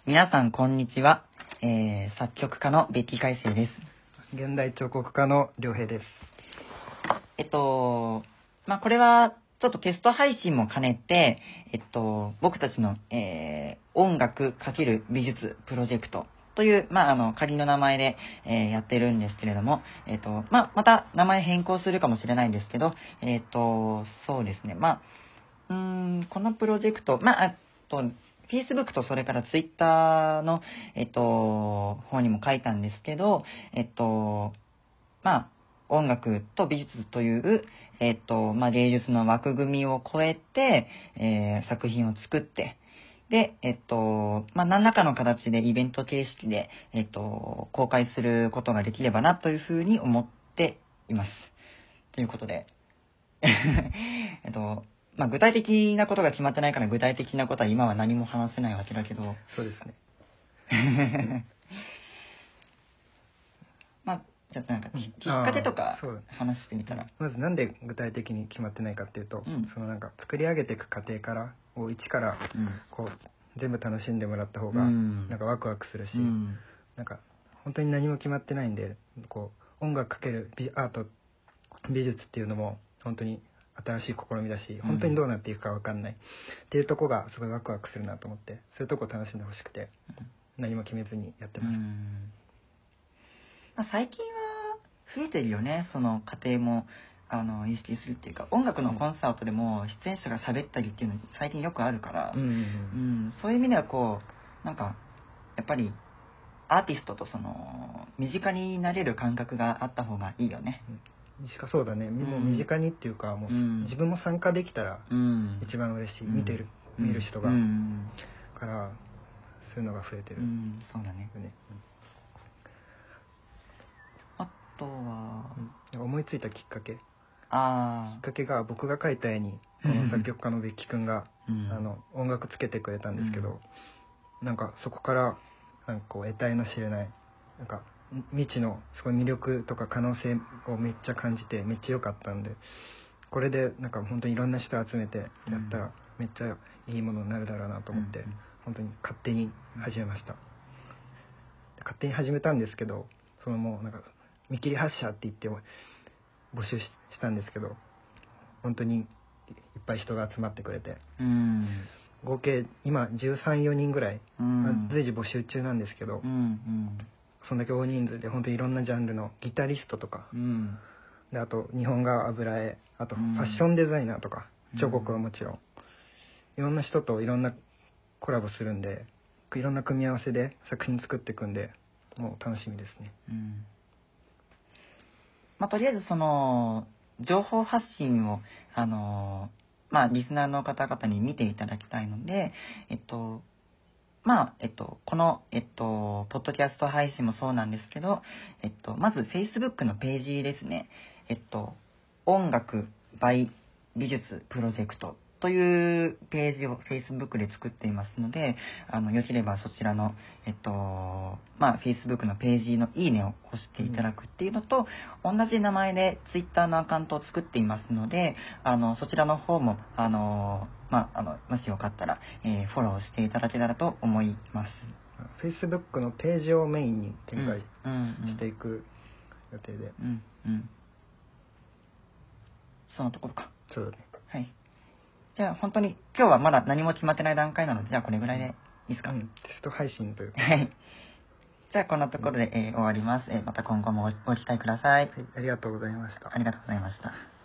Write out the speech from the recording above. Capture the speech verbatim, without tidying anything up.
皆さんこんにちは、えー、作曲家のベッキー海星です。 現代彫刻家の良平です。 えっとまあこれはちょっとテスト配信も兼ねて、えっと僕たちの、えー、音楽×美術プロジェクトという、まあ、あの仮の名前で、えー、やってるんですけれども、えっとまあ、また名前変更するかもしれないんですけど、えっとそうですね、まあうーんこのプロジェクト、まああとFacebook とそれから Twitter の、えっと、方にも書いたんですけど、えっと、まあ、音楽と美術という、えっと、まあ、芸術の枠組みを超えて、えー、作品を作って、で、えっと、まあ、何らかの形でイベント形式で、えっと、公開することができればなというふうに思っています。ということで、えっと、まあ、具体的なことが決まってないから具体的なことは今は何も話せないわけだけど。 そうですね。 まあ、じゃあなんかきっかけとか話してみたら。 まずなんで具体的に決まってないかっていうと、 うん、 そのなんか作り上げていく過程からを一からこう、うん、全部楽しんでもらった方がなんかワクワクするし、うん、なんか本当に何も決まってないんで、こう音楽かける美アート美術っていうのも本当に新しい試みだし、本当にどうなっていくか分かんない、うん、っていうとこがすごいワクワクするなと思って、そういうとこを楽しんでほしくて、うん、何も決めずにやってます。うん、 まあ、最近は増えてるよね、その過程もあの意識するっていうか、音楽のコンサートでも出演者が喋ったりっていうの最近よくあるから、うんうんうんうん、そういう意味ではこうなんかやっぱりアーティストとその身近になれる感覚があった方がいいよね。 うん、そうだね、うん、もう身近にっていうかもう、うん、自分も参加できたら一番嬉しい、うん、見てる、うん、見る人が、うん、からそういうのが増えてる、うん、 そうだね、うん、あとは、 うん、思いついたきっかけあきっかけが僕が描いた絵にこの作曲家のベッキ君が、うん、あの音楽つけてくれたんですけど、うん、なんかそこからなんかこう得体の知れないなんか未知のすごい魅力とか可能性をめっちゃ感じてめっちゃ良かったんで、これでなんか本当にいろんな人集めてやったらめっちゃいいものになるだろうなと思って、うん、本当に勝手に始めました。勝手に始めたんですけど、そのもうなんか見切り発車って言って募集したんですけど、本当にいっぱい人が集まってくれて、うん、合計今じゅうさん、よにんぐらい、うんまあ、随時募集中なんですけど、うんうん、そんだけ大人数で本当にいろんなジャンルのギタリストとか、うん、であと日本画油絵、あとファッションデザイナーとか、うん、彫刻はもちろんいろんな人といろんなコラボするんで、いろんな組み合わせで作品作っていくんで、もう楽しみですね。うん、 まあ、とりあえずその情報発信をあのまあリスナーの方々に見ていただきたいので、えっとまあえっとこのえっとポッドキャスト配信もそうなんですけど、えっとまず Facebook のページですね。えっと音楽 by 美術プロジェクトというページを Facebook で作っていますので、あのよければそちらの、えっとまあ、Facebook のページのいいねを押していただくっていうのと、うん、同じ名前で Twitter のアカウントを作っていますので、あのそちらの方もあの、まあ、あのもしよかったら、えー、フォローしていただけたらと思います。 Facebook のページをメインに展開していく予定で、 うんうん、そのところか。 そうだね。 はい。じゃあ本当に今日はまだ何も決まってない段階なので、じゃあこれぐらいでいいですか？ うん、テスト配信というか。 はい。じゃあこんなところで、えー、終わります。えー、また今後もご期待ください。はい、 ありがとうございました。 ありがとうございました。